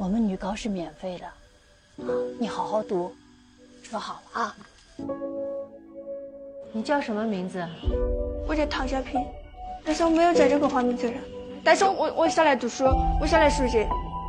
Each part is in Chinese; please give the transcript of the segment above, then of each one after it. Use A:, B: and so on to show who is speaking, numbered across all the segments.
A: 我们女高是免费的，你好好读，说好了啊。
B: 你叫什么名字？
C: 我叫唐小平，但是我没有在这个花名册上。但是我下来读书，我下来学习。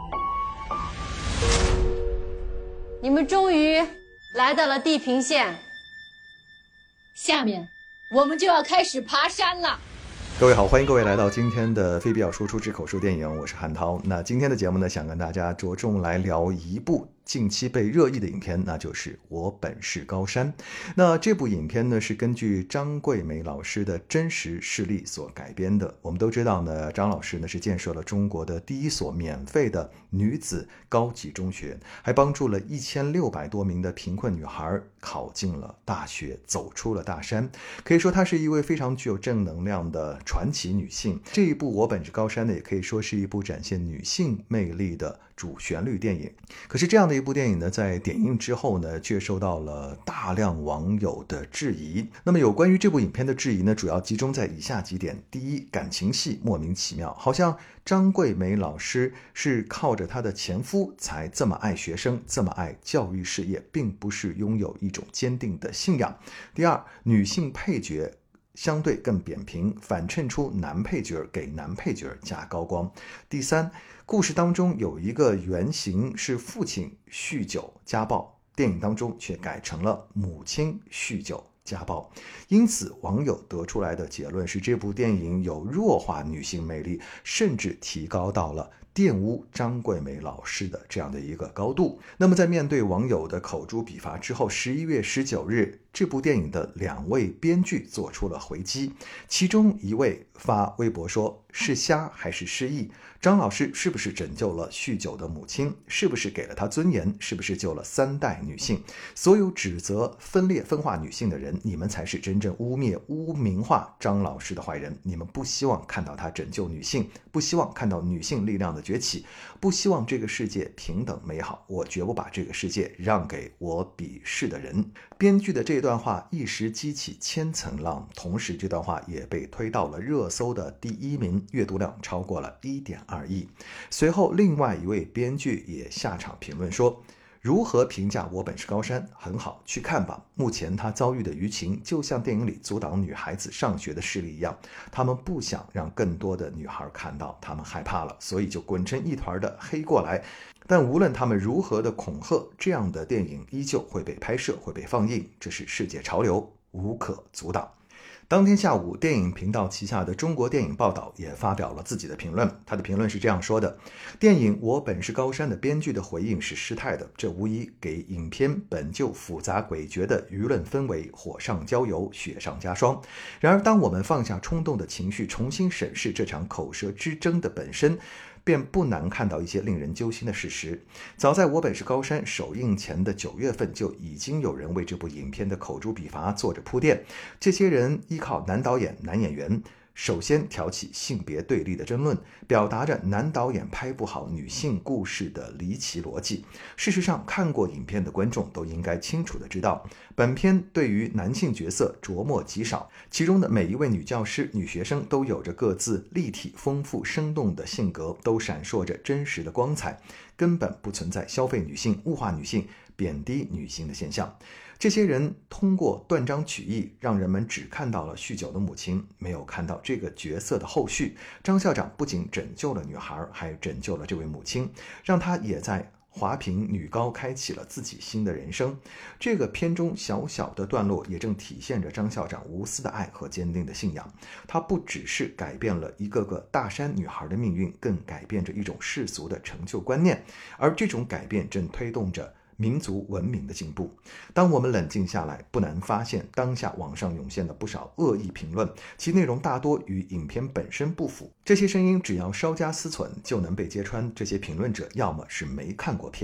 B: 你们终于来到了地平线，
A: 下面我们就要开始爬山了。
D: 各位好，欢迎各位来到今天的非必要输出之口述电影，我是汉涛。那今天的节目呢，想跟大家着重来聊一部近期被热议的影片，那就是《我本是高山》。那这部影片呢，是根据张桂梅老师的真实事例所改编的。我们都知道呢，张老师呢是建设了中国的第一所免费的女子高级中学，还帮助了1600多名的贫困女孩考进了大学，走出了大山。可以说她是一位非常具有正能量的传奇女性。这一部《我本是高山》呢，也可以说是一部展现女性魅力的主旋律电影。可是这样的一部电影呢，在点映之后呢，却受到了大量网友的质疑。那么有关于这部影片的质疑呢，主要集中在以下几点。第一，感情戏莫名其妙，好像张桂梅老师是靠着她的前夫才这么爱学生，这么爱教育事业，并不是拥有一种坚定的信仰。第二，女性配角相对更扁平，反衬出男配角给男配角加高光。第三，故事当中有一个原型是父亲酗酒家暴，电影当中却改成了母亲酗酒家暴。因此网友得出来的结论是，这部电影有弱化女性魅力，甚至提高到了玷污张桂梅老师的这样的一个高度。那么在面对网友的口诛笔伐之后，11月19日这部电影的2位编剧做出了回击。其中一位发微博说，是瞎还是失忆？张老师是不是拯救了酗酒的母亲？是不是给了她尊严？是不是救了3代女性？所有指责分裂分化女性的人，你们才是真正污蔑污名化张老师的坏人。你们不希望看到她拯救女性，不希望看到女性力量的崛起，不希望这个世界平等美好。我绝不把这个世界让给我鄙视的人。编剧的这段话一时激起千层浪，同时这段话也被推到了热搜的第1名，阅读量超过了1.2亿。随后另外一位编剧也下场评论说，如何评价我本是高山？很好，去看吧。目前他遭遇的舆情就像电影里阻挡女孩子上学的势力一样，他们不想让更多的女孩看到，他们害怕了，所以就滚成一团的黑过来。但无论他们如何的恐吓，这样的电影依旧会被拍摄，会被放映，这是世界潮流，无可阻挡。当天下午，电影频道旗下的中国电影报道也发表了自己的评论。他的评论是这样说的：电影《我本是高山》的编剧的回应是失态的，这无疑给影片本就复杂诡谲的舆论氛围火上浇油，雪上加霜。然而当我们放下冲动的情绪，重新审视这场口舌之争的本身，便不难看到一些令人揪心的事实。早在《我本是高山》首映前的9月份，就已经有人为这部影片的口诛笔伐做着铺垫。这些人依靠男导演、男演员，首先挑起性别对立的争论，表达着男导演拍不好女性故事的离奇逻辑。事实上，看过影片的观众都应该清楚地知道，本片对于男性角色琢磨极少，其中的每一位女教师、女学生都有着各自立体、丰富、生动的性格，都闪烁着真实的光彩，根本不存在消费女性、物化女性、贬低女性的现象。这些人通过断章取义，让人们只看到了酗酒的母亲，没有看到这个角色的后续。张校长不仅拯救了女孩，还拯救了这位母亲，让她也在华坪女高开启了自己新的人生。这个片中小小的段落也正体现着张校长无私的爱和坚定的信仰。他不只是改变了一个个大山女孩的命运，更改变着一种世俗的成就观念，而这种改变正推动着民族文明的进步。当我们冷静下来，不难发现当下网上涌现了不少恶意评论，其内容大多与影片本身不符。这些声音只要稍加思忖就能被揭穿，这些评论者要么是没看过片子，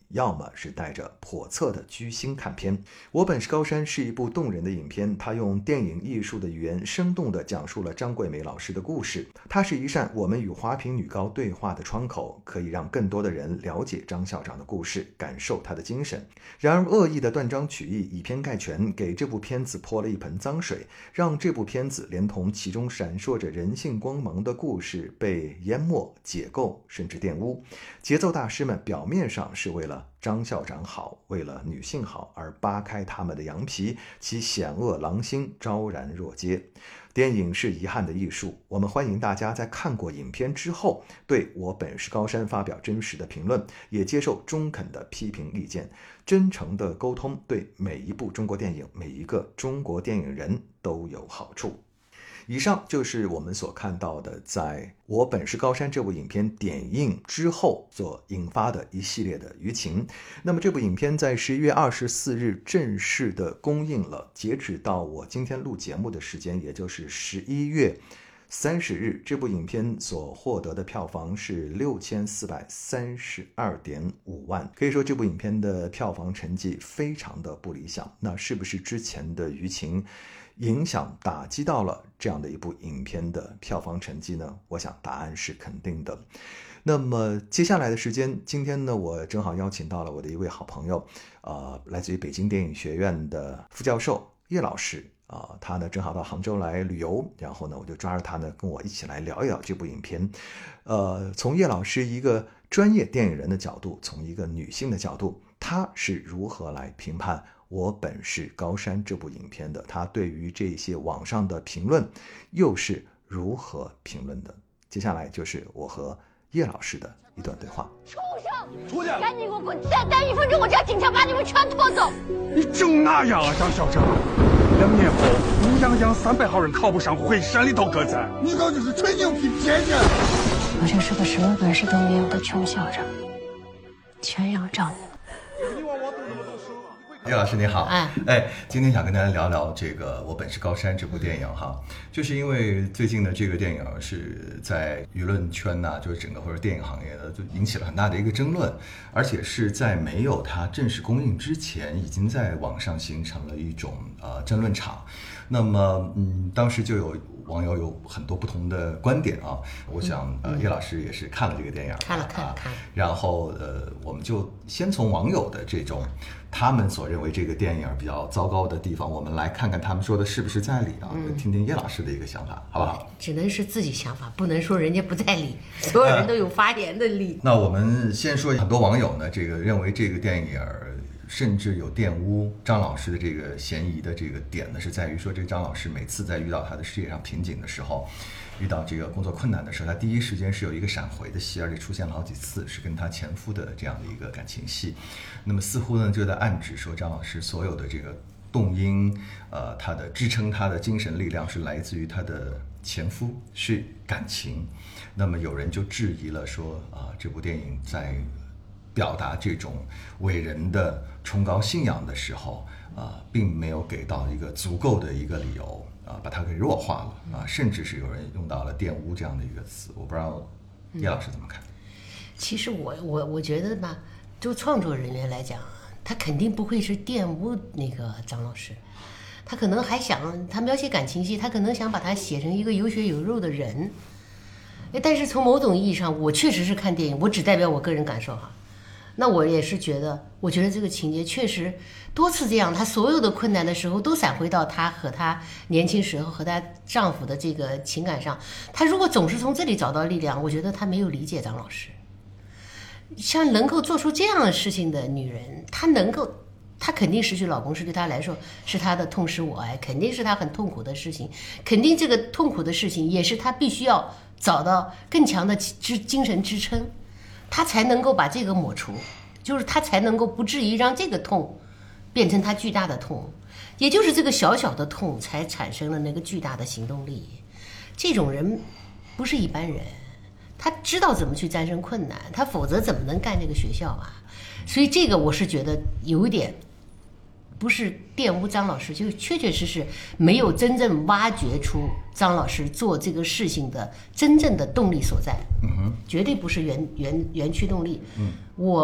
D: 要么是带着叵测的居心看片。我本是高山是一部动人的影片，它用电影艺术的语言生动地讲述了张桂梅老师的故事。它是一扇我们与华坪女高对话的窗口，可以让更多的人了解张校长的故事，感受他的精神。然而恶意的断章取义，以偏概全，给这部片子泼了一盆脏水，让这部片子连同其中闪烁着人性光芒的故事被淹没、解构，甚至玷污。节奏大师们表面上是为了张校长好，为了女性好而扒开他们的羊皮，其险恶狼心昭然若揭。电影是遗憾的艺术，我们欢迎大家在看过影片之后，对我本是高山发表真实的评论，也接受中肯的批评意见。真诚的沟通对每一部中国电影、每一个中国电影人都有好处。以上就是我们所看到的在我本是高山这部影片点映之后所引发的一系列的舆情。那么这部影片在11月24日正式的公映了，截止到我今天录节目的时间，也就是11月30日，这部影片所获得的票房是6432.5万，可以说这部影片的票房成绩非常的不理想。那是不是之前的舆情影响打击到了这样的一部影片的票房成绩呢？我想答案是肯定的。那么接下来的时间，今天呢，我正好邀请到了我的一位好朋友，来自于北京电影学院的副教授叶老师。他呢正好到杭州来旅游，然后呢我就抓着他呢跟我一起来聊一聊这部影片。从叶老师一个专业电影人的角度，从一个女性的角度，他是如何来评判我本是高山这部影片的？他对于这些网上的评论又是如何评论的？接下来就是我和叶老师的一段对话。
A: 畜生！
E: 出去！
A: 赶紧给我滚！再待1分钟，我叫警察把你们全拖走！
E: 你整那样啊，张校长！2年后，乌泱泱300号人考不上，回山里头割菜。
F: 你搞就是吹牛皮骗人！
A: 我就是个什么本事都没有的穷校长，全仰仗你。
D: 叶老师你好，今天想跟大家聊聊这个《我本是高山》这部电影哈，就是因为最近的这个电影是在舆论圈呐，就是整个或者电影行业的就引起了很大的一个争论，而且是在没有它正式公映之前，已经在网上形成了一种争论场。那么当时就有网友有很多不同的观点啊，我想叶老师也是看了这个电影，
B: 看了，
D: 然后我们就先从网友的这种他们所认为这个电影比较糟糕的地方，我们来看看他们说的是不是在理啊，听听叶老师的一个想法，好不好？
B: 只能是自己想法，不能说人家不在理，所有人都有发言的理。
D: 那我们先说很多网友呢，这个认为这个电影甚至有玷污张老师的这个嫌疑的这个点呢，是在于说这个张老师每次在遇到他的事业上瓶颈的时候，遇到这个工作困难的时候，他第一时间是有一个闪回的戏，而且出现了好几次，是跟他前夫的这样的一个感情戏。那么似乎呢就在暗指说张老师所有的这个动因，他的支撑他的精神力量是来自于他的前夫，是感情。那么有人就质疑了说这部电影在表达这种伟人的崇高信仰的时候，并没有给到一个足够的一个理由，把它给弱化了，甚至是有人用到了玷污这样的一个词。我不知道叶老师怎么看？
B: 其实我觉得吧，就创作人员来讲，他肯定不会是玷污那个张老师，他可能还想，他描写感情戏，他可能想把他写成一个有血有肉的人。但是从某种意义上，我确实是看电影，我只代表我个人感受哈。那我也是觉得，我觉得这个情节确实多次这样，她所有的困难的时候都闪回到她和她年轻时候和她丈夫的这个情感上。她如果总是从这里找到力量，我觉得她没有理解张老师。像能够做出这样的事情的女人，她肯定失去老公是对她来说是她的痛失我爱，肯定是她很痛苦的事情，肯定这个痛苦的事情也是她必须要找到更强的精神支撑，他才能够把这个抹除，就是他才能够不至于让这个痛变成他巨大的痛，也就是这个小小的痛才产生了那个巨大的行动力。这种人不是一般人，他知道怎么去战胜困难，他否则怎么能干这个学校啊？所以这个我是觉得有一点不是玷污张老师，就确确实实没有真正挖掘出张老师做这个事情的真正的动力所在，绝对不是原驱动力。我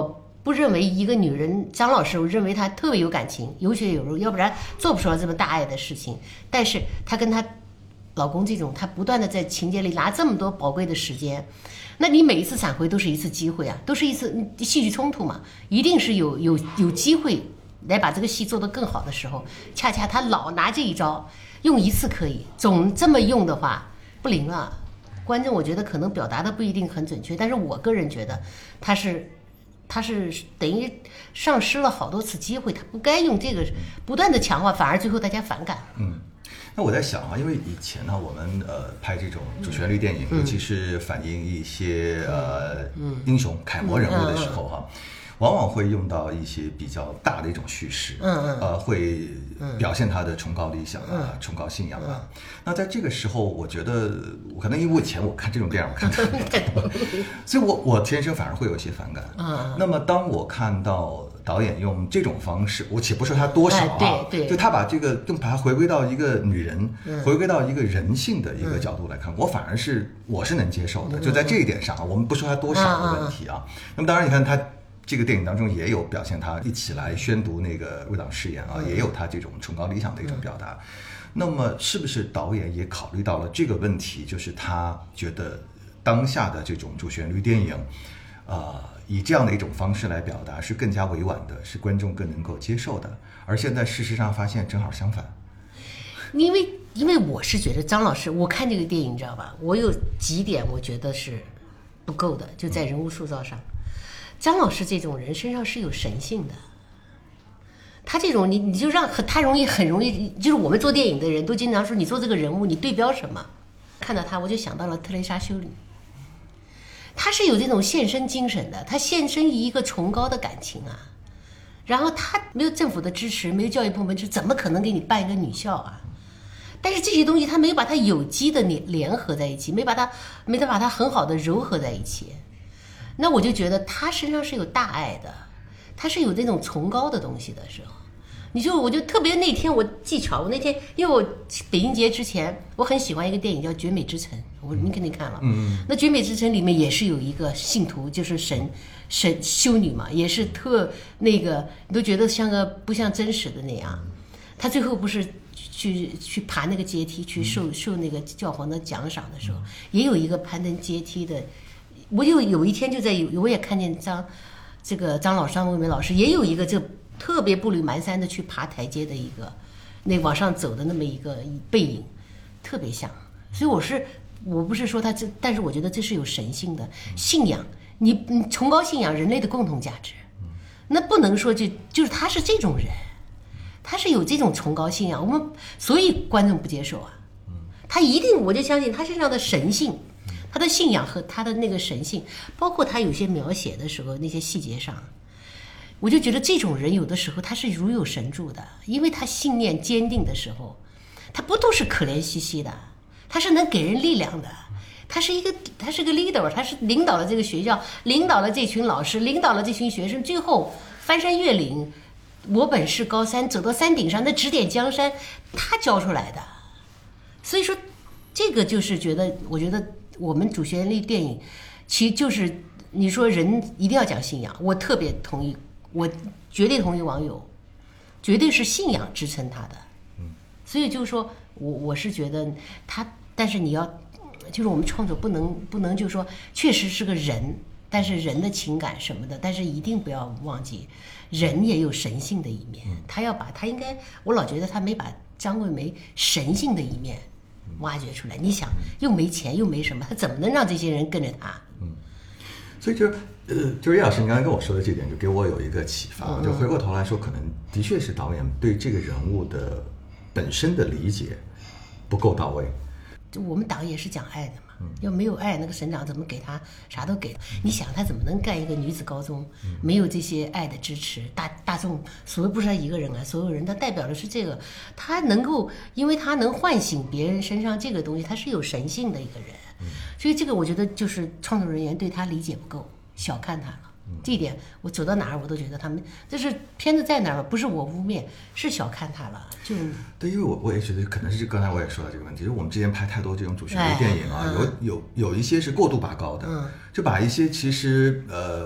B: 不认为一个女人张老师，我认为她特别有感情，有血有肉，要不然做不出来这么大爱的事情。但是她跟她老公这种，她不断的在情节里拿这么多宝贵的时间，那你每一次闪回都是一次机会啊，都是一次戏剧冲突嘛，一定是有机会来把这个戏做得更好的时候，恰恰她老拿这一招，用一次可以，总这么用的话不灵了。观众我觉得可能表达的不一定很准确，但是我个人觉得他是等于丧失了好多次机会，他不该用这个不断的强化，反而最后大家反感。
D: 那我在想啊，因为以前呢，我们拍这种主旋律电影，尤其是反映一些英雄楷模人物的时候哈，往往会用到一些比较大的一种叙事，会表现他的崇高理想啊、崇高信仰啊。那在这个时候，我觉得可能因为以前我看这种电影我看得太多，所以我天生反而会有一些反感。那么当我看到导演用这种方式，我且不说他多少啊，
B: 对，
D: 就他把这个把它回归到一个女人，回归到一个人性的一个角度来看，我反而我是能接受的。就在这一点上，我们不说他多少的问题啊。那么当然，你看他这个电影当中也有表现他一起来宣读那个为党誓言啊，也有他这种崇高理想的一种表达。那么是不是导演也考虑到了这个问题？就是他觉得当下的这种主旋律电影，以这样的一种方式来表达是更加委婉的，是观众更能够接受的。而现在事实上发现正好相反。
B: 因为我是觉得张老师，我看这个电影你知道吧，我有几点我觉得是不够的，就在人物塑造上。张老师这种人身上是有神性的，他这种你就让他很容易，就是我们做电影的人都经常说，你做这个人物你对标什么？看到他我就想到了特蕾莎修女，他是有这种献身精神的，他献身于一个崇高的感情啊。然后他没有政府的支持，没有教育部门支持，怎么可能给你办一个女校啊？但是这些东西他没有把它有机的联合在一起，没把它很好的糅合在一起。那我就觉得他身上是有大爱的，他是有这种崇高的东西的时候，我就特别那天我技巧，我那天因为我北京节之前我很喜欢一个电影叫《绝美之城》，你肯定看了。那《绝美之城》里面也是有一个信徒，就是神修女嘛，也是那个你都觉得不像真实的那样。他最后不是去爬那个阶梯去受那个教皇的奖赏的时候，也有一个攀登阶梯的。我有一天我也看见张维梅老师也有一个就特别步履蹒跚的去爬台阶的一个那往上走的那么一个背影，特别像。所以我不是说他但是我觉得这是有神性的信仰，你崇高信仰人类的共同价值，那不能说就是他是这种人，他是有这种崇高信仰，所以观众不接受啊。他一定，我就相信他身上的神性。他的信仰和他的那个神性，包括他有些描写的时候那些细节上，我就觉得这种人有的时候他是如有神助的，因为他信念坚定的时候，他不都是可怜兮兮的，他是能给人力量的，他是个 leader， 他是领导了这个学校，领导了这群老师，领导了这群学生，最后翻山越岭，我本是高山，走到山顶上，那指点江山，他教出来的。所以说这个就是我觉得我们主旋律电影其实就是你说人一定要讲信仰，我特别同意，我绝对同意网友，绝对是信仰支撑他的。所以就是说我是觉得他，但是你要就是我们创作不能就是说确实是个人，但是人的情感什么的，但是一定不要忘记人也有神性的一面，他应该，我老觉得他没把张桂梅神性的一面挖掘出来。你想又没钱又没什么，他怎么能让这些人跟着他？
D: 所以就是叶老师你刚才跟我说的这点就给我有一个启发，就回过头来说，可能的确是导演对这个人物的本身的理解不够到位。
B: 就我们党也是讲爱的嘛，要没有爱，那个省长怎么给他啥都给？你想他怎么能干一个女子高中？没有这些爱的支持，大众所谓不是他一个人啊，所有人，他代表的是这个，他能够，因为他能唤醒别人身上这个东西，他是有神性的一个人，所以这个我觉得就是创作人员对他理解不够，小看他了。这一点我走到哪儿我都觉得他们就是片子在哪儿，不是我污蔑，是小看他了。就
D: 对，因为我也觉得可能是刚才我也说到这个问题，就是我们之前拍太多这种主旋律电影啊，有一些是过度拔高的，就把一些其实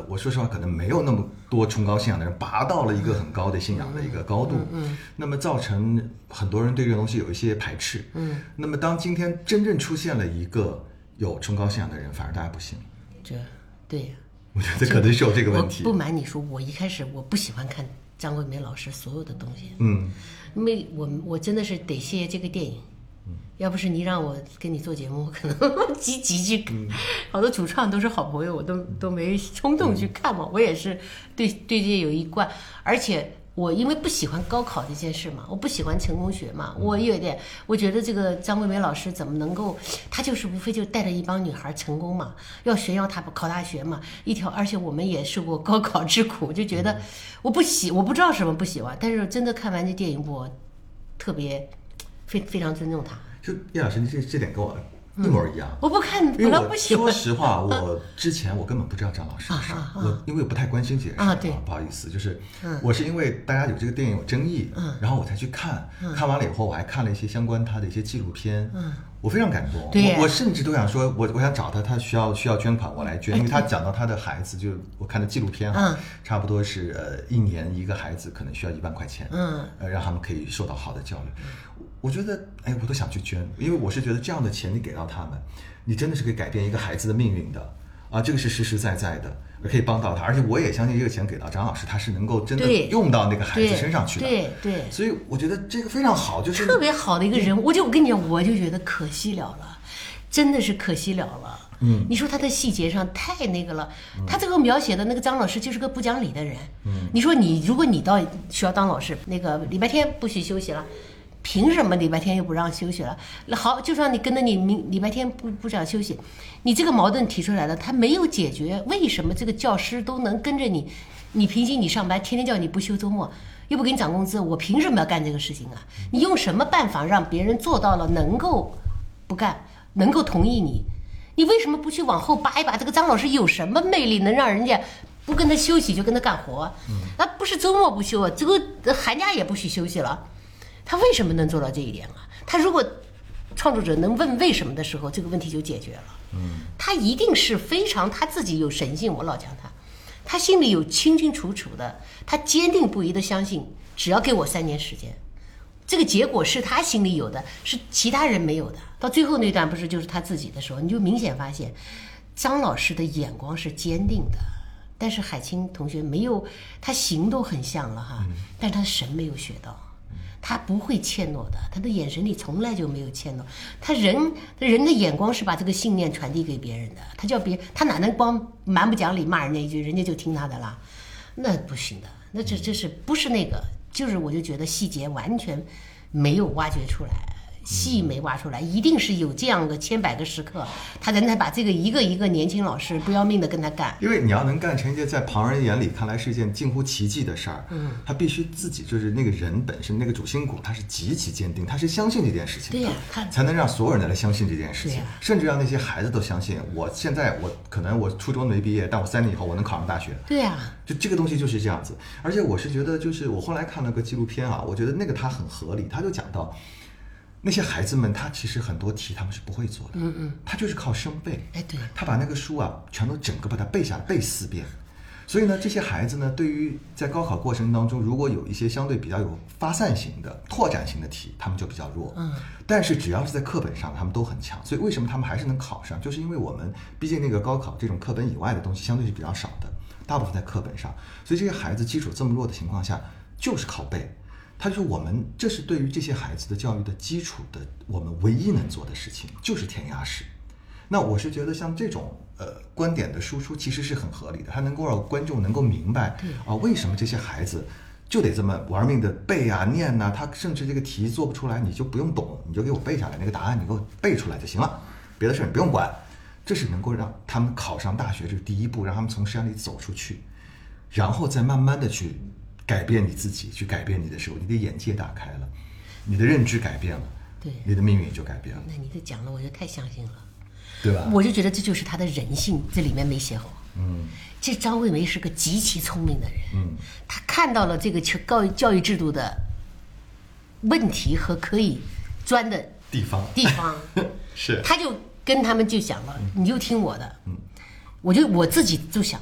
D: 我说实话可能没有那么多崇高信仰的人拔到了一个很高的信仰的一个高度，那么造成很多人对这个东西有一些排斥，那么当今天真正出现了一个有崇高信仰的人，反而大家不信了，
B: 对呀，
D: 我觉得可能是有这个问题。
B: 我不瞒你说，我一开始我不喜欢看张桂梅老师所有的东西，因为我真的是得谢谢这个电影。要不是你让我跟你做节目，我可能积极去，好多主创都是好朋友，我都没冲动去看嘛。我也是对这些有一贯，而且我因为不喜欢高考这件事嘛，我不喜欢成功学嘛，我有点，我觉得这个张桂梅老师怎么能够，她就是无非就带着一帮女孩成功嘛，要炫耀她考大学嘛，而且我们也受过高考之苦，就觉得我不知道什么不喜欢，但是真的看完这电影，我特别非常尊重她。
D: 就叶老师，你这点跟我一模一样。
B: 我不看，
D: 因为
B: 不喜欢。
D: 说实话，我之前我根本不知道张老师的事儿，因为我不太关心这件事儿，
B: 对，
D: 不好意思，就是我是因为大家有这个电影有争议，然后我才去看，看完了以后我还看了一些相关他的一些纪录片，我非常感动，我甚至都想说，我想找他需要捐款，我来捐，因为他讲到他的孩子，就我看的纪录片差不多是1年一个孩子可能需要1万块钱，让他们可以受到好的教育。我觉得，我都想去捐，因为我是觉得这样的钱你给到他们，你真的是可以改变一个孩子的命运的啊，这个是实实在在的，可以帮到他，而且我也相信这个钱给到张老师，他是能够真的用到那个孩子身上去的，
B: 对，
D: 所以我觉得这个非常好，就是
B: 特别好的一个人，我跟你讲，我就觉得可惜了，真的是可惜了。你说他的细节上太那个了，他这个描写的那个张老师就是个不讲理的人。你说如果你到学校当老师，那个礼拜天不许休息了。凭什么礼拜天又不让休息了？好，就算你跟着你礼拜天不想休息，你这个矛盾提出来了，他没有解决。为什么这个教师都能跟着你？你平时你上班，天天叫你不休周末，又不给你涨工资，我凭什么要干这个事情啊？你用什么办法让别人做到了能够不干，能够同意你？你为什么不去往后扒一扒？这个张老师有什么魅力能让人家不跟他休息就跟他干活？那不是周末不休啊，这个寒假也不许休息了。他为什么能做到这一点啊？他如果创作者能问为什么的时候，这个问题就解决了。他一定是非常他自己有神性，我老讲他心里有清清楚楚的，他坚定不移的相信，只要给我3年时间，这个结果是他心里有的，是其他人没有的。到最后那段不是就是他自己的时候，你就明显发现张老师的眼光是坚定的，但是海清同学没有，他行都很像了哈，但他神没有学到。他不会怯懦的，他的眼神里从来就没有怯懦。他人的眼光是把这个信念传递给别人的。他哪能光蛮不讲理骂人家一句，人家就听他的啦？那不行的。那这是不是那个？就是我就觉得细节完全没有挖掘出来，戏没挖出来，一定是有这样的千百个时刻，他才能把这个一个一个年轻老师不要命的跟他干。
D: 因为你要能干成一件在旁人眼里看来是一件近乎奇迹的事儿，他必须自己就是那个人本身那个主心骨，他是极其坚定，他是相信这件事情的，
B: 对呀，
D: 才能让所有人来相信这件事情，甚至让那些孩子都相信。我现在可能我初中没毕业，但我3年以后我能考上大学。
B: 对呀，
D: 就这个东西就是这样子。而且我是觉得，就是我后来看了个纪录片啊，我觉得那个他很合理，他就讲到。那些孩子们，他其实很多题他们是不会做的，他就是靠生背。
B: 对，
D: 他把那个书啊，全都整个把它背下来，背4遍。所以呢，这些孩子呢，对于在高考过程当中，如果有一些相对比较有发散型的、拓展型的题，他们就比较弱。但是只要是在课本上，他们都很强。所以为什么他们还是能考上？就是因为我们毕竟那个高考这种课本以外的东西相对是比较少的，大部分在课本上。所以这些孩子基础这么弱的情况下，就是靠背。他说这是对于这些孩子的教育的基础的，我们唯一能做的事情就是填鸭式。那我是觉得像这种观点的输出其实是很合理的，它能够让观众能够明白为什么这些孩子就得这么玩命的背啊念啊，他甚至这个题做不出来你就不用懂，你就给我背下来，那个答案你给我背出来就行了，别的事你不用管。这是能够让他们考上大学这是第一步，让他们从山里走出去，然后再慢慢的去改变你自己，去改变你的时候，你的眼界打开了，你的认知改变了，
B: 对，
D: 你的命运也就改变了。
B: 那你这讲了，我就太相信了，
D: 对吧？
B: 我就觉得这就是他的人性，这里面没写好。这张桂梅是个极其聪明的人，他看到了这个教育制度的问题和可以钻的地方，是，他就跟他们就想了，你就听我的，我自己就想了。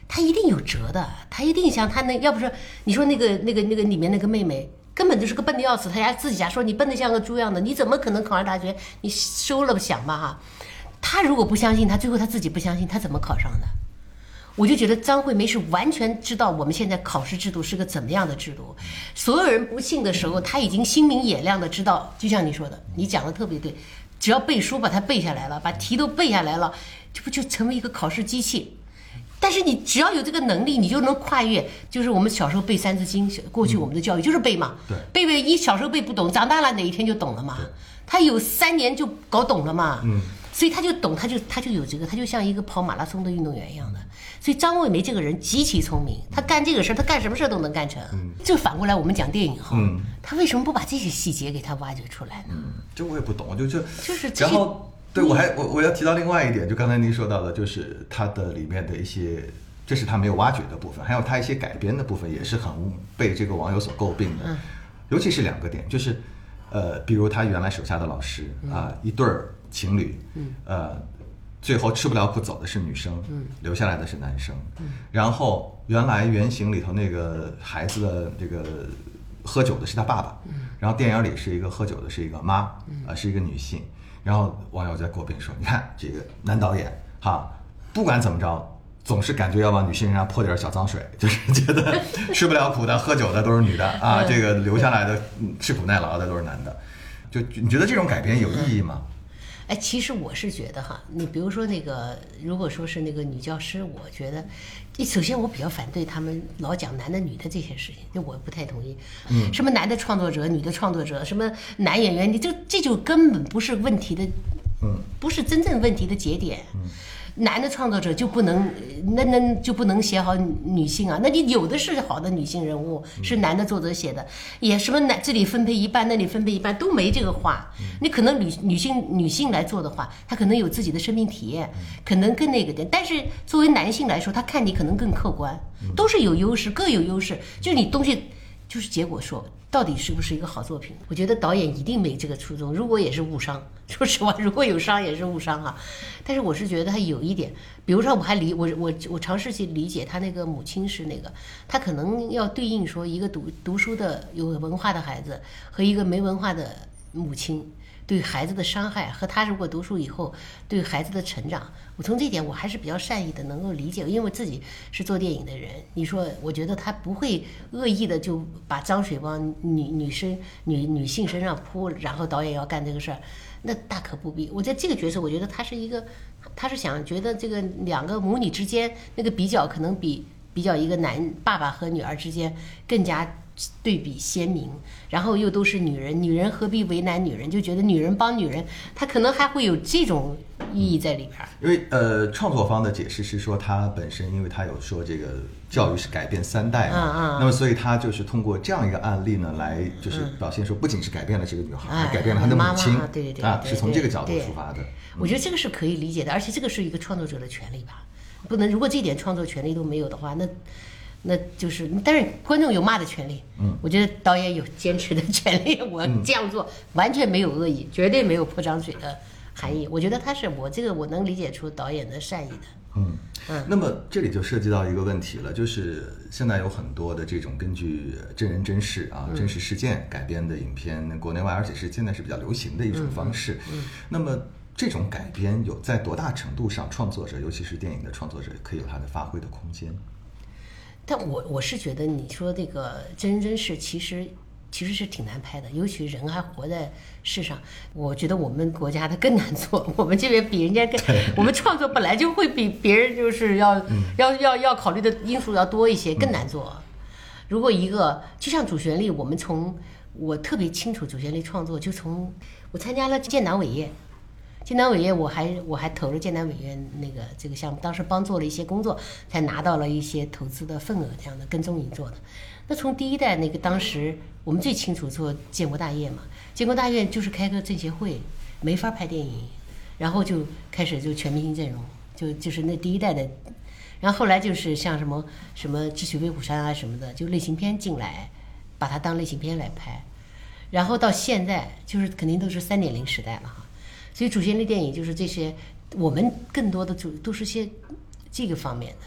B: 他一定有辙的，他一定像他那，要不是你说那个里面那个妹妹。根本就是个笨的要死，他家自己家说你笨得像个猪样的，你怎么可能考上大学？你收了想吧哈。他如果不相信，他最后他自己不相信，他怎么考上的？我就觉得张惠梅是完全知道我们现在考试制度是个怎么样的制度。所有人不信的时候，他已经心明眼亮的知道，就像你说的，你讲的特别对，只要背书把它背下来了，把题都背下来了，这不就成为一个考试机器？但是你只要有这个能力，你就能跨越。就是我们小时候背《三字经》，过去我们的教育就是背嘛，背一小时候背不懂，长大了哪一天就懂了嘛。他有3年就搞懂了嘛，所以他就懂，他就有这个，他就像一个跑马拉松的运动员一样的。所以张惠梅这个人极其聪明，他干这个事儿，他干什么事儿都能干成。就反过来我们讲电影哈，他为什么不把这些细节给他挖掘出来呢？
D: 这我也不懂，
B: 就是
D: 然后。对，我要提到另外一点，就刚才您说到的，就是它的里面的一些，这是他没有挖掘的部分，还有他一些改编的部分，也是很被这个网友所诟病的。尤其是2个点，就是比如他原来手下的老师一对儿情侣，最后吃不了苦走的是女生，留下来的是男生。然后原来原型里头那个孩子的这个喝酒的是他爸爸，然后电影里是一个喝酒的是一个妈，是一个女性。然后网友在诟病说：“你看这个男导演哈，不管怎么着，总是感觉要往女性身上泼点小脏水，就是觉得吃不了苦的、喝酒的都是女的啊，这个留下来的吃苦耐劳的都是男的。就你觉得这种改编有意义吗？”
B: 哎，其实我是觉得哈，你比如说那个，如果说是那个女教师，我觉得，首先我比较反对他们老讲男的女的这些事情，就我不太同意。什么男的创作者、女的创作者，什么男演员，这就根本不是问题的，不是真正问题的节点。男的创作者就不能，那就不能写好女性啊？那你有的是好的女性人物，是男的作者写的，也什么这里分配一半，那里分配一半都没这个话。你可能女性来做的话，她可能有自己的生命体验，可能更那个点。但是作为男性来说，他看你可能更客观，都是有优势，各有优势。就是你东西，就是结果说。到底是不是一个好作品？我觉得导演一定没这个初衷，如果也是误伤，说实话，如果有伤也是误伤哈。但是我是觉得他有一点，比如说我尝试去理解他那个母亲是那个，他可能要对应说一个读书的有文化的孩子和一个没文化的母亲对孩子的伤害，和他如果读书以后对孩子的成长，我从这点我还是比较善意的能够理解，因为我自己是做电影的人。你说，我觉得他不会恶意的就把脏水往女性身上扑，然后导演要干这个事儿，那大可不必。我在这个角色，我觉得他是想觉得这个2个母女之间那个比较，可能比较一个爸爸和女儿之间更加对比鲜明，然后又都是女人，女人何必为难女人？就觉得女人帮女人，她可能还会有这种意义在里边。
D: 因为创作方的解释是说，他本身因为他有说这个教育是改变3代嘛，那么所以他就是通过这样一个案例呢，来就是表现说，不仅是改变了这个女孩，还改变了她的母亲，
B: 对，
D: 是从这个角度出发的。
B: 我觉得这个是可以理解的，而且这个是一个创作者的权利吧，不能如果这点创作权利都没有的话，那就是，但是观众有骂的权利，我觉得导演有坚持的权利。我这样做完全没有恶意，绝对没有泼脏水的含义。我觉得他是我能理解出导演的善意的。
D: 那么这里就涉及到一个问题了，就是现在有很多的这种根据真人真事真实事件改编的影片，国内外，而且是现在是比较流行的一种方式。那么这种改编有在多大程度上，创作者尤其是电影的创作者可以有他的发挥的空间？
B: 但我是觉得你说这个真人真事其实是挺难拍的，尤其人还活在世上，我觉得我们国家的更难做，我们这边比人家更，我们创作本来就会比别人就是要考虑的因素要多一些，更难做。如果一个就像主旋律，我特别清楚主旋律创作，就从我参加了建党伟业。建党伟业，我还投了建党伟业这个项目，当时帮做了一些工作，才拿到了一些投资的份额，这样的跟踪影做的。那从第一代当时我们最清楚做建国大业嘛，建国大业就是开个政协会，没法拍电影，然后就开始就全明星阵容，就是那第一代的，然后后来就是像什么《智取威虎山》啊什么的，就类型片进来，把它当类型片来拍，然后到现在就是肯定都是3.0时代了哈。所以主旋律电影就是这些，我们更多的都是些这个方面的，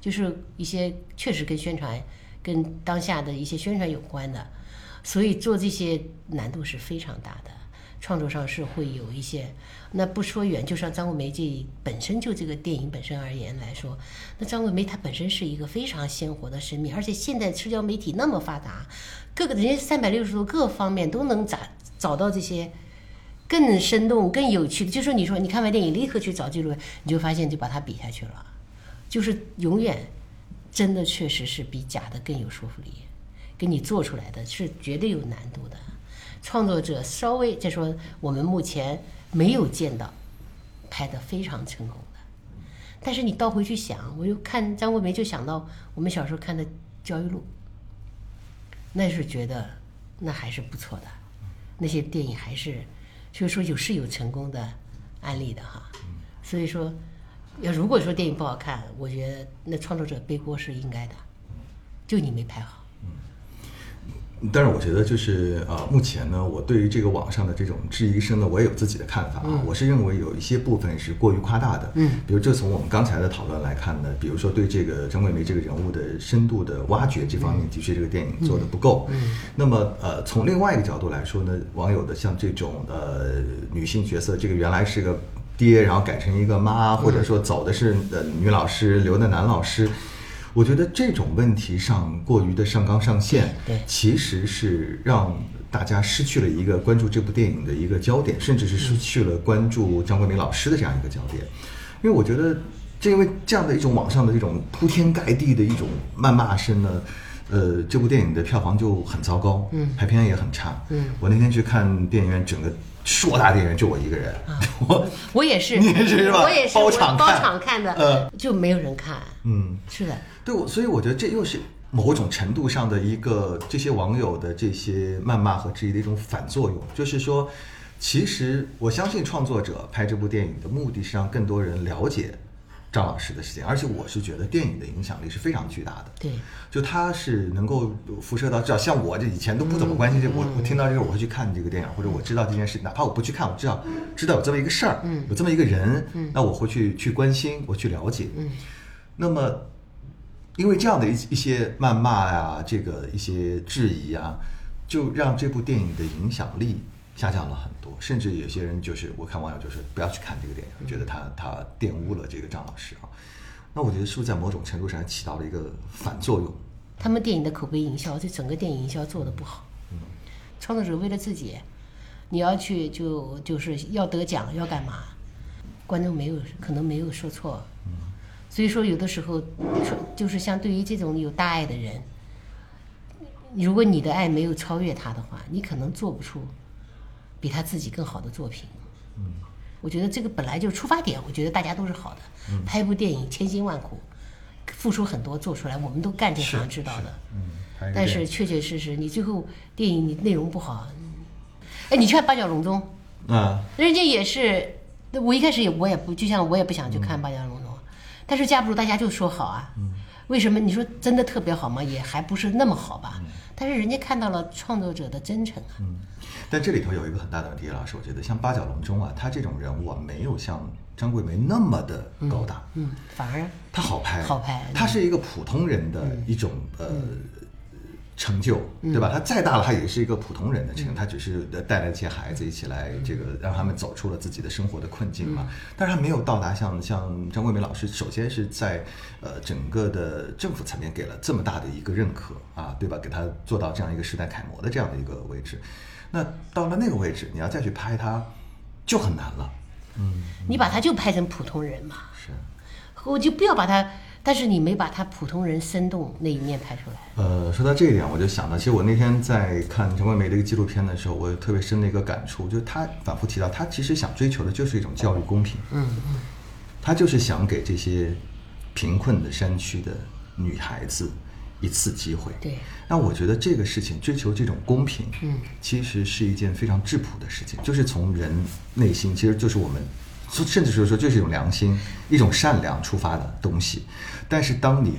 B: 就是一些确实跟宣传、跟当下的一些宣传有关的，所以做这些难度是非常大的，创作上是会有一些。那不说远，就像张桂梅这本身就这个电影本身而言来说，那张桂梅她本身是一个非常鲜活的生命，而且现在社交媒体那么发达，各个人家360度各方面都能找到这些更生动、更有趣的。就是你说你看完电影立刻去找纪录片，你就发现就把它比下去了，就是永远真的确实是比假的更有说服力，跟你做出来的是绝对有难度的。创作者稍微再说，我们目前没有见到拍得非常成功的，但是你倒回去想，我又看张桂梅就想到我们小时候看的《焦裕禄》，那是觉得那还是不错的，那些电影还是就是说有成功的案例的哈。所以说，如果说电影不好看，我觉得那创作者背锅是应该的，就你没拍好。
D: 但是我觉得就是目前呢，我对于这个网上的这种质疑声呢，我也有自己的看法啊。我是认为有一些部分是过于夸大的，比如就从我们刚才的讨论来看呢，比如说对这个张桂梅这个人物的深度的挖掘这方面，的确这个电影做得不够。那么从另外一个角度来说呢，网友的像这种女性角色，这个原来是个爹，然后改成一个妈，或者说走的是女老师，留的男老师。我觉得这种问题上过于的上纲上线，
B: 对，
D: 其实是让大家失去了一个关注这部电影的一个焦点，甚至是失去了关注张桂梅老师的这样一个焦点。因为我觉得，因为这样的一种网上的这种铺天盖地的一种谩骂声呢，这部电影的票房就很糟糕，排片也很差。我那天去看电影院，整个硕大电影院就我一个人，
B: 我也是，
D: 你也是吧？
B: 我也是
D: 包场
B: 看的，就没有人看。是的。
D: 对，所以我觉得这又是某种程度上的一个这些网友的这些谩骂和质疑的一种反作用，就是说，其实我相信创作者拍这部电影的目的是让更多人了解张老师的事情，而且我是觉得电影的影响力是非常巨大的。
B: 对，
D: 就它是能够辐射到，至少像我这以前都不怎么关心这，我听到这个我会去看这个电影，或者我知道这件事，哪怕我不去看，我知道有这么一个事儿，有这么一个人，那我会去关心，我去了解。那么因为这样的一些谩骂呀，这个一些质疑啊，就让这部电影的影响力下降了很多，甚至有些人就是我看网友就是不要去看这个电影，觉得他玷污了这个张老师啊。那我觉得是不是在某种程度上起到了一个反作用？
B: 他们电影的口碑营销，这整个电影营销做得不好。创作者为了自己，你要去就是要得奖要干嘛？观众可能没有说错。所以说有的时候就是像对于这种有大爱的人，如果你的爱没有超越他的话，你可能做不出比他自己更好的作品。我觉得这个本来就出发点，我觉得大家都是好的。拍一部电影千辛万苦，付出很多做出来，我们都干这行知道的。但是确确实实，你最后电影你内容不好，你去看《八角笼中》人家也是，我一开始我也不想去看《八角笼中》。但是架不住大家就说好啊，为什么？你说真的特别好吗？也还不是那么好吧。但是人家看到了创作者的真诚啊。
D: 但这里头有一个很大的问题，老师，我觉得像八角笼中啊，他这种人物啊，没有像张桂梅那么的高大，
B: 反而
D: 他好拍，
B: 他
D: 是一个普通人的一种成就，对吧？他再大了，他也是一个普通人的成就，他只是带来一些孩子一起来，这个让他们走出了自己的生活的困境嘛。但是他没有到达像张桂梅老师，首先是在整个的政府层面给了这么大的一个认可啊，对吧？给他做到这样一个时代楷模的这样的一个位置。那到了那个位置，你要再去拍他，就很难了。
B: 你把他就拍成普通人嘛，是，我就不要把他。但是你没把他普通人生动那一面拍出来。
D: 说到这一点，我就想到，其实我那天在看张桂梅的一个纪录片的时候，我有特别深的一个感触，就是他反复提到，他其实想追求的就是一种教育公平。他就是想给这些贫困的山区的女孩子一次机会。
B: 对。
D: 那我觉得这个事情追求这种公平，其实是一件非常质朴的事情，就是从人内心，其实就是我们。甚至说就是一种良心、一种善良出发的东西，但是当你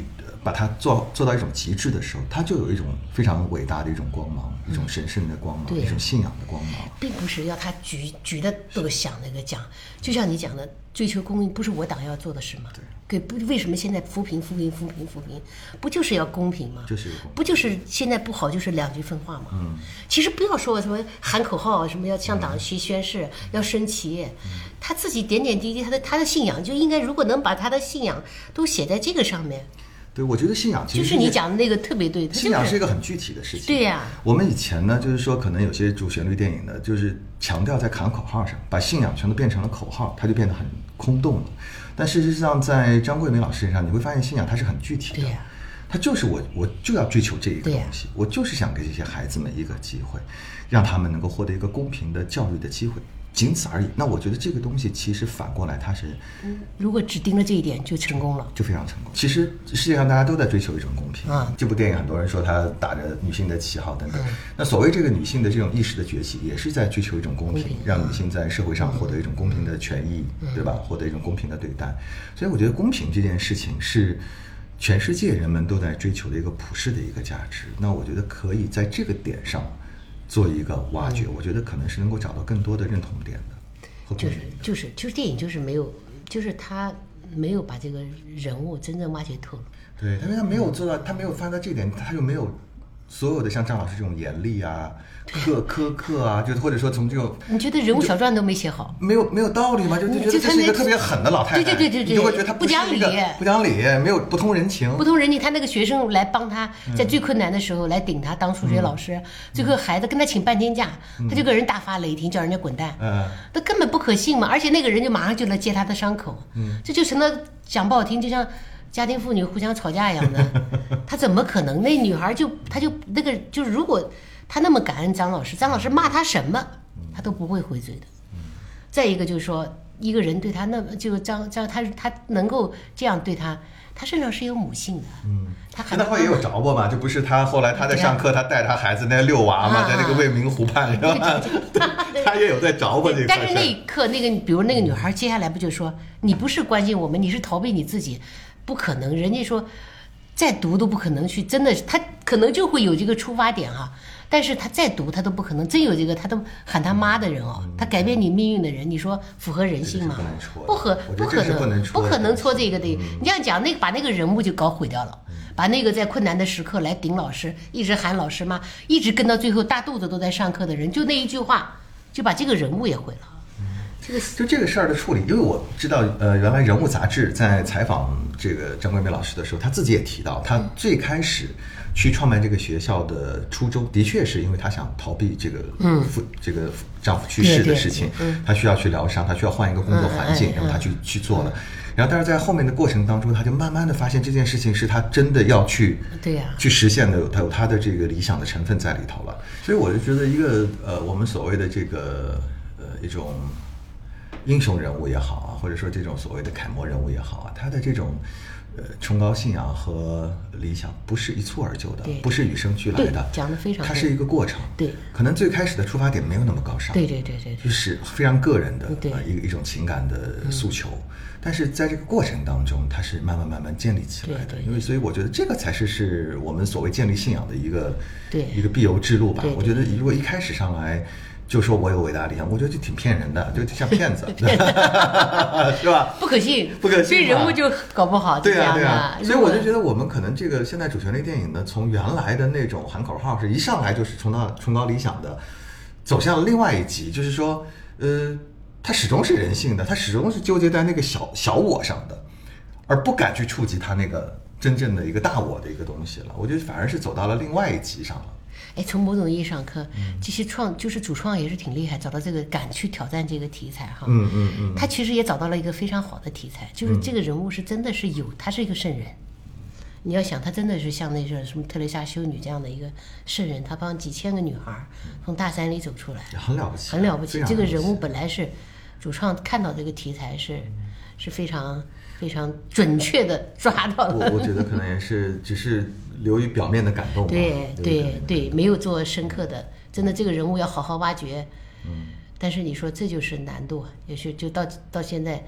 D: 把它做到一种极致的时候，它就有一种非常伟大的一种光芒，一种神圣的光芒，一种信仰的光芒，
B: 并不是要他举的都想那个讲，就像你讲的，追求公平不是我党要做的事吗？对，不为什么现在扶贫，不就是要公平吗？
D: 就是公平，
B: 不就是现在不好就是两极分化吗？其实不要说什么喊口号，什么要向党宣誓，要升旗，他自己点点滴滴，他的信仰就应该，如果能把他的信仰都写在这个上面。
D: 对，我觉得信仰其实
B: 就是你讲的那个特别对，
D: 信仰是一个很具体的事情。
B: 对呀，
D: 我们以前呢，就是说可能有些主旋律电影呢，就是强调在喊口号上，把信仰全都变成了口号，它就变得很空洞了。但事实上，在张桂梅老师身上，你会发现信仰它是很具体的。
B: 对呀，
D: 它就是我就要追求这一个东西，我就是想给这些孩子们一个机会，让他们能够获得一个公平的教育的机会。仅此而已。那我觉得这个东西其实反过来它是，
B: 如果只盯了这一点就成功了，
D: 就非常成功。其实世界上大家都在追求一种公平啊。这部电影很多人说它打着女性的旗号等等，那所谓这个女性的这种意识的崛起，也是在追求一种公平，让女性在社会上获得一种公平的权益，对吧？获得一种公平的对待。所以我觉得公平这件事情是全世界人们都在追求的一个普世的一个价值。那我觉得可以在这个点上做一个挖掘，我觉得可能是能够找到更多的认同点的。
B: 就是电影就是没有，就是他没有把这个人物真正挖掘透。
D: 对，因为他没有做到，他没有发到这点，他就没有所有的像张老师这种严厉啊、苛刻啊，就或者说从这种，
B: 你觉得人物小传都没写好，
D: 没有道理吗？就觉得这是一个特别狠的老太太，
B: 对，
D: 你就会觉得他
B: 不讲理，
D: 没有不通人情。
B: 他那个学生来帮他，在最困难的时候来顶他当数学老师，最后孩子跟他请半天假，他就跟人大发雷霆，叫人家滚蛋，那根本不可信嘛！而且那个人就马上就来揭他的伤口，这就成了讲不好听，就像家庭妇女互相吵架一样的，他怎么可能？那女孩她就那个就是，如果她那么感恩张老师骂她什么，她都不会回嘴的。再一个就是说，一个人对她那么就他能够这样对她，她身上是有母性的。
D: 他会也有着过嘛？就不是他后来他在上课，他带他孩子那遛娃嘛，在那个未名湖畔，是吧？他也有在着过这块。
B: 但是那一刻，比如那个女孩，接下来不就说，你不是关心我们，你是逃避你自己。不可能，人家说再读都不可能去，真的他可能就会有这个出发点啊，但是他再读他都不可能真有这个他都喊他妈的人哦，他改变你命运的人，你说符合人性吗？不可能戳这个的。你这样讲，把那个人物就搞毁掉了，把那个在困难的时刻来顶老师，一直喊老师妈，一直跟到最后大肚子都在上课的人，就那一句话就把这个人物也毁了。
D: 就这个事儿的处理，因为我知道，原来《人物》杂志在采访这个张桂梅老师的时候，他自己也提到，他最开始去创办这个学校的初衷，的确是因为他想逃避这个丈夫去世的事情，他需要去疗伤，他需要换一个工作环境，然后他去做了。然后，但是在后面的过程当中，他就慢慢的发现这件事情是他真的要去去实现的，有他的这个理想的成分在里头了。所以我就觉得一个我们所谓的这个一种英雄人物也好啊，或者说这种所谓的楷模人物也好啊，他的这种崇高信仰和理想不是一蹴而就的，不是与生俱来的，
B: 讲得非常对，
D: 它是一个过程。
B: 对，
D: 可能最开始的出发点没有那么高尚，
B: 对，
D: 就是非常个人的一种情感的诉求。但是在这个过程当中，它是慢慢建立起来的。因为所以我觉得这个才是我们所谓建立信仰的一个必由之路吧。我觉得如果一开始上来就说我有伟大理想，我觉得就挺骗人的，就像骗子，是吧？
B: 不可信，
D: 所以
B: 人物就搞不好。
D: 对啊。所以我就觉得我们可能这个现在主旋律电影呢，从原来的那种喊口号是一上来就是崇高理想的，走向了另外一级，就是说，它始终是人性的，它始终是纠结在那个小我上的，而不敢去触及它那个真正的一个大我的一个东西了。我觉得反而是走到了另外一级上了。
B: 从某种意义上看，这些就是主创也是挺厉害，找到这个敢去挑战这个题材哈。他其实也找到了一个非常好的题材，就是这个人物是真的是他是一个圣人。你要想，他真的是像那个什么特蕾莎修女这样的一个圣人，他帮几千个女孩从大山里走出来，
D: 很了不起，
B: 很了不起。这个人物本来是主创看到这个题材是非常非常准确的抓到了。
D: 我觉得可能也是只是流于表面的感动吧。
B: 对，没有做深刻的，真的这个人物要好好挖掘。但是你说这就是难度，也是就到现在，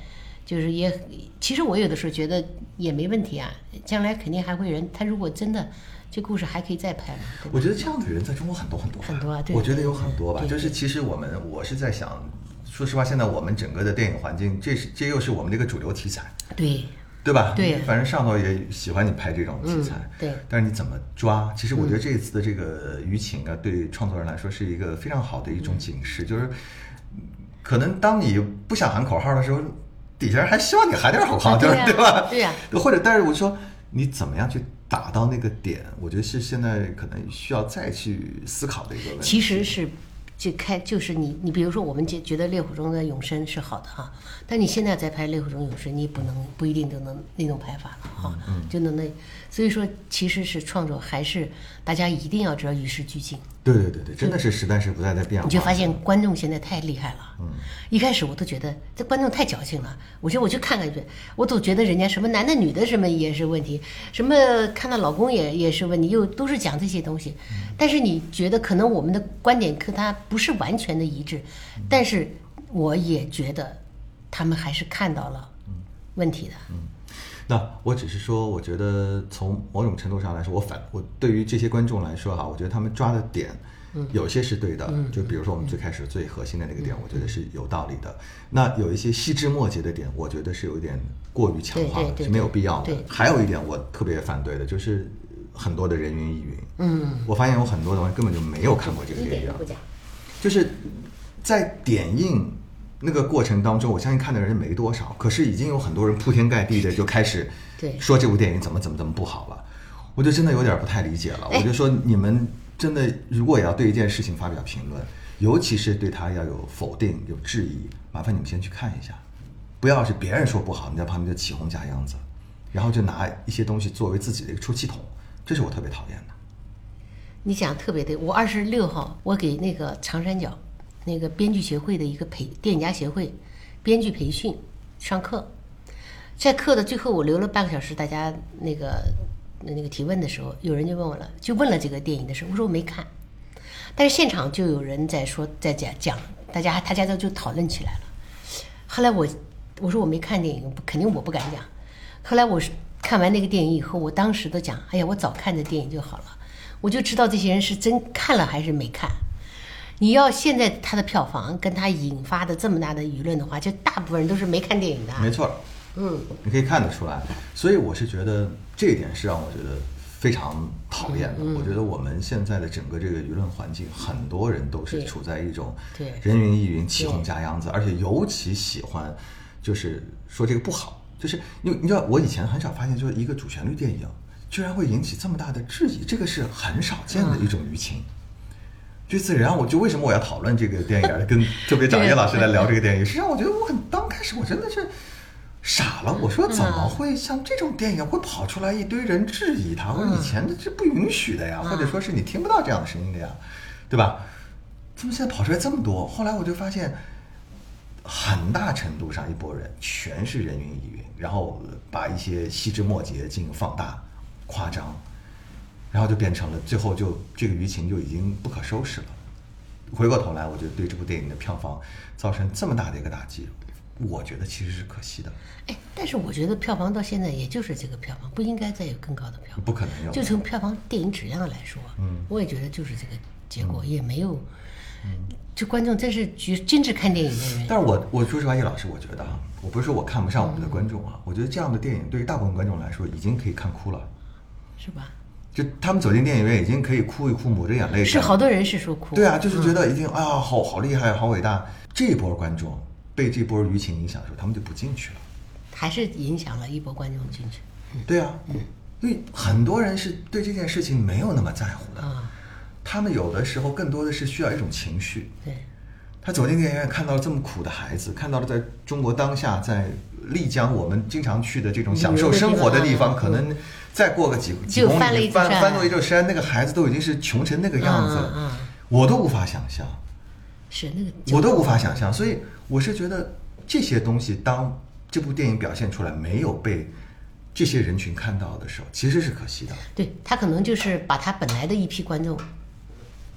B: 就是其实我有的时候觉得也没问题啊，将来肯定还会人，他如果真的这故事还可以再拍嘛。
D: 我觉得这样的人在中国很多很多
B: 很多啊，对，
D: 我觉得有很多吧。
B: 对
D: 就是其实我是在想，说实话，现在我们整个的电影环境，这又是我们这个主流题材，对吧？
B: 对，
D: 反正上头也喜欢你拍这种题材，
B: 对。
D: 但是你怎么抓？其实我觉得这次的这个舆情啊，对创作人来说是一个非常好的一种警示，就是可能当你不想喊口号的时候，底下人还希望你喊点口号，对吧？
B: 对呀。
D: 或者，但是我说你怎么样去打到那个点？我觉得是现在可能需要再去思考的一个问题。
B: 其实是。就是你比如说我们觉得《烈火中的永生》是好的哈，但你现在再拍《烈火中永生》，你不一定都能那种拍法了哈，就能那，所以说其实是创作还是大家一定要知道与时俱进。
D: 对，真的是时代是不断在变化。
B: 你就发现观众现在太厉害了，一开始我都觉得这观众太矫情了，我去看看去，我总觉得人家什么男的女的什么也是问题，什么看到老公也是问题，又都是讲这些东西，但是你觉得可能我们的观点和他不是完全的一致，但是我也觉得他们还是看到了问题的。
D: 那我只是说，我觉得从某种程度上来说，我对于这些观众来说哈，我觉得他们抓的点，有些是对的，就比如说我们最开始最核心的那个点，我觉得是有道理的。那有一些细枝末节的点，我觉得是有一点过于强化的，是没有必要的。还有一点我特别反对的就是很多的人云亦云。我发现有很多东西根本就没有看过这个电影，就是在点映那个过程当中，我相信看的人没多少，可是已经有很多人铺天盖地的就开始说这部电影怎么不好了，我就真的有点不太理解了。我就说你们真的如果也要对一件事情发表评论，尤其是对它要有否定有质疑，麻烦你们先去看一下，不要是别人说不好你在旁边就起哄假样子，然后就拿一些东西作为自己的一个出气筒，这是我特别讨厌的。
B: 你讲特别对，我26号我给那个长三角那个编剧协会的一个电影家协会编剧培训上课，在课的最后我留了半个小时，大家那个提问的时候，有人就问我了，就问了这个电影的事，我说我没看，但是现场就有人在说在讲，大家就讨论起来了。后来我说我没看电影，肯定我不敢讲。后来我看完那个电影以后，我当时都讲，哎呀，我早看这电影就好了，我就知道这些人是真看了还是没看。你要现在他的票房跟他引发的这么大的舆论的话，就大部分人都是没看电影的。
D: 没错，你可以看得出来。所以我是觉得这一点是让我觉得非常讨厌的。我觉得我们现在的整个这个舆论环境，很多人都是处在一种人云亦云、起哄假样子，而且尤其喜欢就是说这个不好，就是因为你知道，我以前很少发现，就是一个主旋律电影居然会引起这么大的质疑，这个是很少见的一种舆情。这次，然后我就为什么我要讨论这个电影，跟特别找叶老师来聊这个电影，实际上我觉得刚开始我真的是傻了，我说怎么会像这种电影会跑出来一堆人质疑它？我说以前的这不允许的呀，或者说是你听不到这样的声音的呀，对吧？怎么现在跑出来这么多？后来我就发现，很大程度上一拨人全是人云亦云，然后把一些细枝末节进行放大、夸张。然后就变成了最后就这个舆情就已经不可收拾了。回过头来，我觉得对这部电影的票房造成这么大的一个打击，我觉得其实是可惜的。
B: 但是我觉得票房到现在也就是这个票房，不应该再有更高的票房。
D: 不可能有。
B: 就从票房电影质量来说，我也觉得就是这个结果，也没有。就观众真是精致看电影的人。
D: 但是我说实话，叶老师，我觉得我不是说我看不上我们的观众我觉得这样的电影对于大部分观众来说已经可以看哭了，
B: 是吧？
D: 就他们走进电影院已经可以哭一哭，抹着眼泪。
B: 是好多人是说哭。
D: 对啊，就是觉得已经好厉害，好伟大。这一波观众被这波舆情影响的时候，他们就不进去了，
B: 还是影响了一波观众进去。
D: 对啊，因为很多人是对这件事情没有那么在乎的他们有的时候更多的是需要一种情绪。
B: 对，
D: 他走进电影院看到了这么苦的孩子，看到了在中国当下在丽江我们经常去的这种享受生活的地方，可能再过个几公里翻过一座山，那个孩子都已经是穷成那个样子，我都无法想象。
B: 是那个，
D: 我都无法想象。所以我是觉得这些东西，当这部电影表现出来没有被这些人群看到的时候，其实是可惜的。
B: 对，他可能就是把他本来的一批观众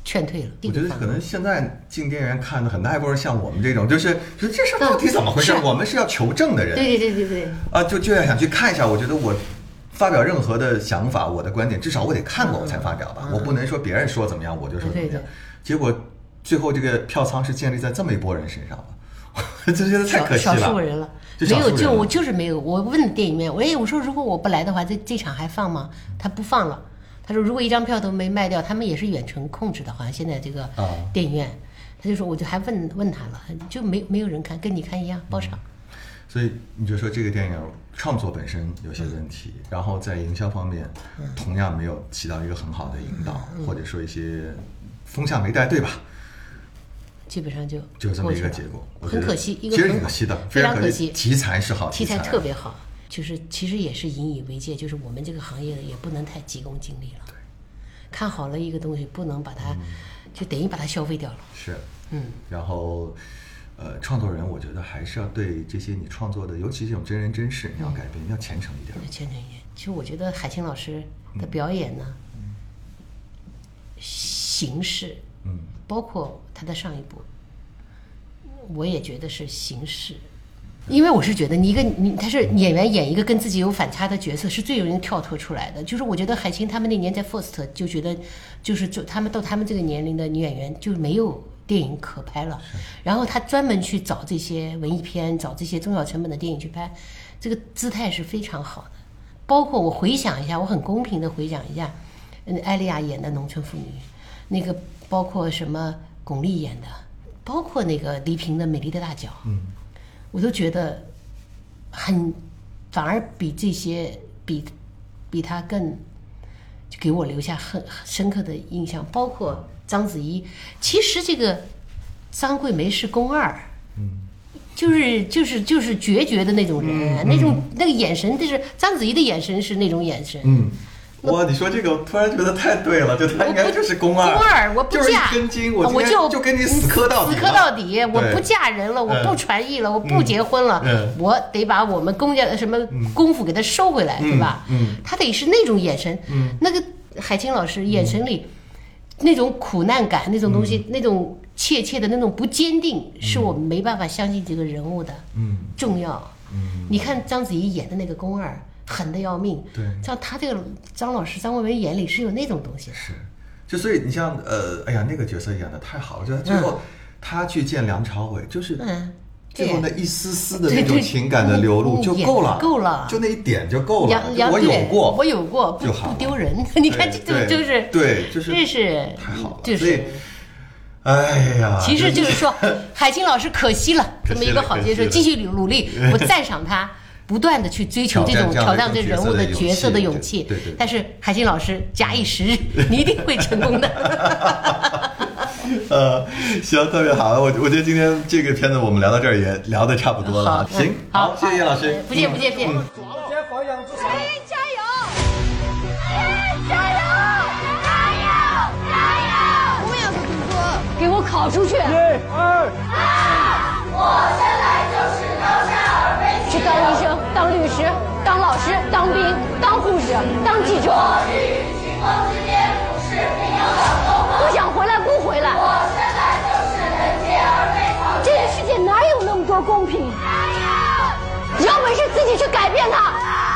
B: 劝退了。
D: 我觉得可能现在进电影院看的很大一部分像我们这种，就是这事儿到底怎么回事？我们是要求证的人。
B: 对
D: 啊，就要想去看一下。我觉得我发表任何的想法，我的观点，至少我得看过我才发表吧。我不能说别人说怎么样我就说怎么样。结果最后这个票仓是建立在这么一波人身上了，我就觉得太可惜了。
B: 少数人了。没有，我就是没有。我问电影院，我说如果我不来的话，这场还放吗？他不放了。他说如果一张票都没卖掉，他们也是远程控制的，好像现在这个电影院，他就说我就还问他了，就没有人看，跟你看一样包场。
D: 所以你就说这个电影创作本身有些问题，然后在营销方面同样没有起到一个很好的引导，或者说一些风向没带对吧？
B: 基本上就
D: 这么一个结果，
B: 很可惜，
D: 其实挺可惜的，
B: 非常可惜。
D: 题材是好，
B: 题材特别好，就是其实也是引以为戒，就是我们这个行业也不能太急功近利了。看好了一个东西，不能把它就等于把它消费掉了。
D: 是，然后创作人我觉得还是要对这些你创作的，尤其这种真人真事，你要改变，要虔诚一点。
B: 虔诚一点。其实我觉得海清老师的表演呢，形式，包括他的上一部，我也觉得是形式。因为我是觉得他是演员演一个跟自己有反差的角色是最容易跳脱出来的。就是我觉得海清他们那年在 First 就觉得，就他们这个年龄的女演员就没有电影可拍了，然后他专门去找这些文艺片，找这些中小成本的电影去拍，这个姿态是非常好的。包括我回想一下，我很公平的回想一下，艾丽亚演的农村妇女，那个包括什么巩俐演的，包括那个黎平的美丽的大脚，我都觉得反而比这些比他更就给我留下很深刻的印象。包括章子怡，其实这个张桂梅是宫二，就是决的那种人，那个眼神，就是章子怡的眼神是那种眼神。
D: 哇，你说这个，我突然觉得太对了，就他应该就是宫二，
B: 我不嫁，
D: 就是一根筋，我就跟你死磕到底，
B: 我不嫁人了，我不传艺了，我不结婚了，我得把我们公家的什么功夫给他收回来，对吧？他得是那种眼神，那个海清老师眼神里那种苦难感，那种东西，那种切切的那种不坚定，是我没办法相信这个人物的重要。你看章子怡演的那个宫二，狠得要命。
D: 对，
B: 像他这个张老师张桂梅眼里是有那种东西的。
D: 是，就所以你像哎呀，那个角色演的太好了，就最后他去见梁朝伟，就是最后那一丝丝的那种情感的流露就够了，就那一点就够了。我有过，
B: 不丢人。你看这种就是这是
D: 太好了，
B: 就是。
D: 哎呀，
B: 其实就是说，海清老师可惜了这么一个好角色，继续努力，我赞赏他不断的去追求这种挑战这人物的角色的勇气。但是海清老师假以时日，你一定会成功的。
D: 行，特别好，我觉得今天这个片子我们聊到这儿也聊得差不多了。行，好，谢谢叶老师，
B: 不见。
A: 给我考出去！1、2、3，我生来就是高山而飞去当医生、当律师、当老师、当兵、当护士、当记者。我与群峰之间不是平庸的斗争。不想回来不回来。我生来就是人杰而非草。这个世界哪有那么多公平？有本事自己去改变它。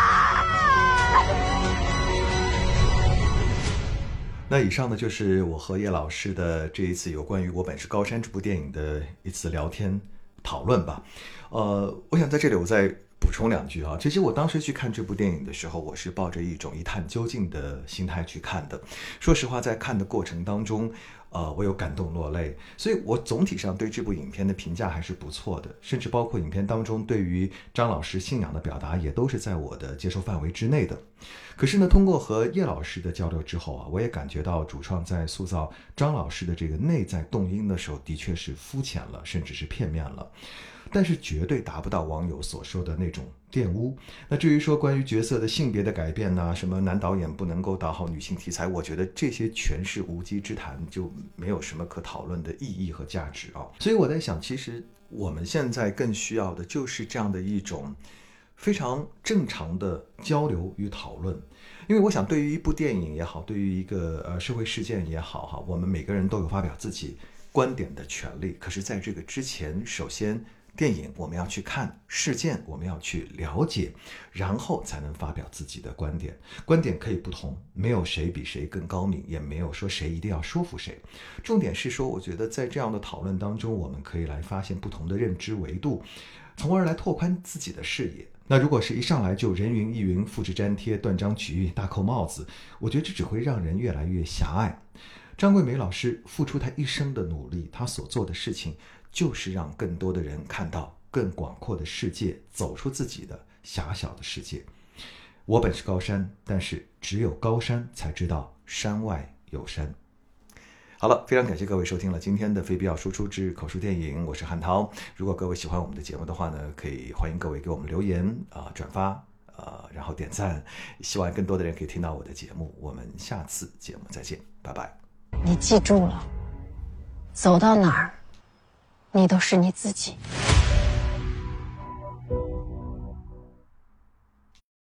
D: 那以上呢，就是我和叶老师的这一次有关于《我本是高山》这部电影的一次聊天讨论吧。我想在这里我再补充2句啊。其实我当时去看这部电影的时候，我是抱着一种一探究竟的心态去看的。说实话，在看的过程当中，我有感动落泪，所以我总体上对这部影片的评价还是不错的，甚至包括影片当中对于张老师信仰的表达，也都是在我的接受范围之内的。可是呢，通过和叶老师的交流之后啊，我也感觉到主创在塑造张老师的这个内在动因的时候，的确是肤浅了，甚至是片面了，但是绝对达不到网友所说的那种玷污。那至于说关于角色的性别的改变呢，什么男导演不能够导好女性题材，我觉得这些全是无稽之谈，就没有什么可讨论的意义和价值啊。所以我在想，其实我们现在更需要的就是这样的一种非常正常的交流与讨论。 因为我想，对于一部电影也好，对于一个社会事件也好哈，我们每个人都有发表自己观点的权利。可是在这个之前，首先电影我们要去看，事件我们要去了解，然后才能发表自己的观点。观点可以不同，没有谁比谁更高明，也没有说谁一定要说服谁。重点是说，我觉得在这样的讨论当中，我们可以来发现不同的认知维度，从而来拓宽自己的视野。那如果是一上来就人云亦云、复制粘贴、断章取义、大扣帽子，我觉得这只会让人越来越狭隘。张桂梅老师付出她一生的努力，她所做的事情就是让更多的人看到更广阔的世界，走出自己的狭小的世界。我本是高山，但是只有高山才知道山外有山。好了，非常感谢各位收听了今天的非必要输出之口述电影，我是汉涛。如果各位喜欢我们的节目的话呢，可以欢迎各位给我们留言转发然后点赞，希望更多的人可以听到我的节目。我们下次节目再见，拜拜。
G: 你记住了，走到哪儿，你都是你自己。